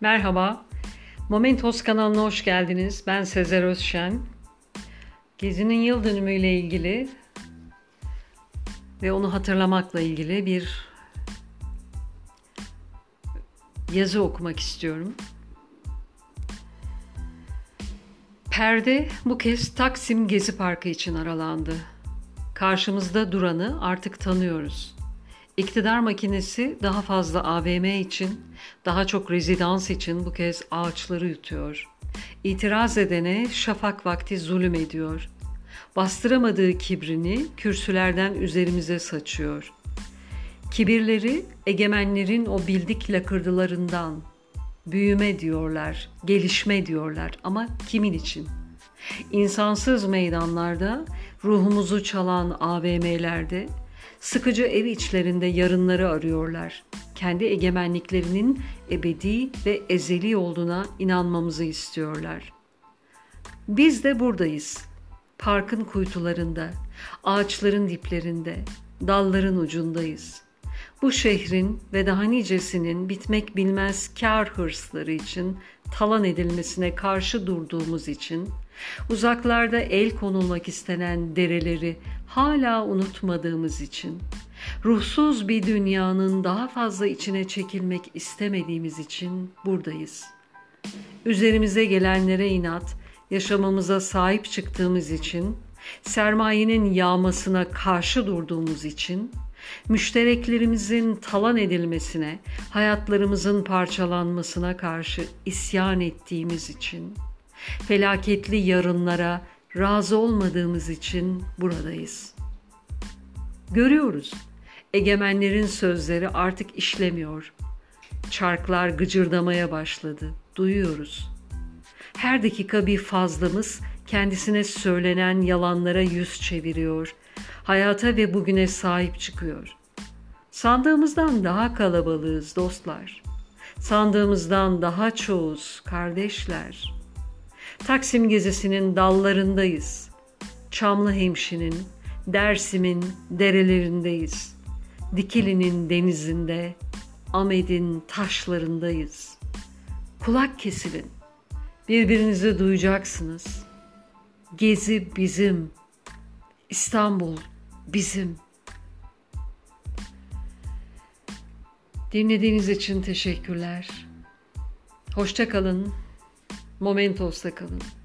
Merhaba, Momentos kanalına hoş geldiniz. Ben Sezer Özşen. Gezi'nin yıl dönümüyle ilgili ve onu hatırlamakla ilgili bir yazı okumak istiyorum. Perde bu kez Taksim Gezi Parkı için aralandı. Karşımızda duranı artık tanıyoruz. İktidar makinesi daha fazla AVM için, daha çok rezidans için bu kez ağaçları yutuyor. İtiraz edene şafak vakti zulüm ediyor. Bastıramadığı kibrini kürsülerden üzerimize saçıyor. Kibirleri egemenlerin o bildik lakırdılarından, büyüme diyorlar, gelişme diyorlar ama kimin için? İnsansız meydanlarda, ruhumuzu çalan AVM'lerde, sıkıcı ev içlerinde yarınları arıyorlar. Kendi egemenliklerinin ebedi ve ezeli olduğuna inanmamızı istiyorlar. Biz de buradayız. Parkın kuytularında, ağaçların diplerinde, dalların ucundayız. Bu şehrin ve daha nicesinin bitmek bilmez kâr hırsları için talan edilmesine karşı durduğumuz için, uzaklarda el konulmak istenen dereleri hala unutmadığımız için, ruhsuz bir dünyanın daha fazla içine çekilmek istemediğimiz için buradayız. Üzerimize gelenlere inat, yaşamamıza sahip çıktığımız için, sermayenin yağmasına karşı durduğumuz için, müştereklerimizin talan edilmesine, hayatlarımızın parçalanmasına karşı isyan ettiğimiz için, felaketli yarınlara razı olmadığımız için buradayız. Görüyoruz, egemenlerin sözleri artık işlemiyor. Çarklar gıcırdamaya başladı, duyuyoruz. Her dakika bir fazlamız kendisine söylenen yalanlara yüz çeviriyor. Hayata ve bugüne sahip çıkıyor. Sandığımızdan daha kalabalığız dostlar. Sandığımızdan daha çoğuz kardeşler. Taksim gezisinin dallarındayız. Çamlıhemşin'in, Dersim'in derelerindeyiz. Dikili'nin denizinde, Amed'in taşlarındayız. Kulak kesilin. Birbirinizi duyacaksınız. Gezi bizim. İstanbul bizim. Dinlediğiniz için teşekkürler. Hoşça kalın. Momentos'ta kalın.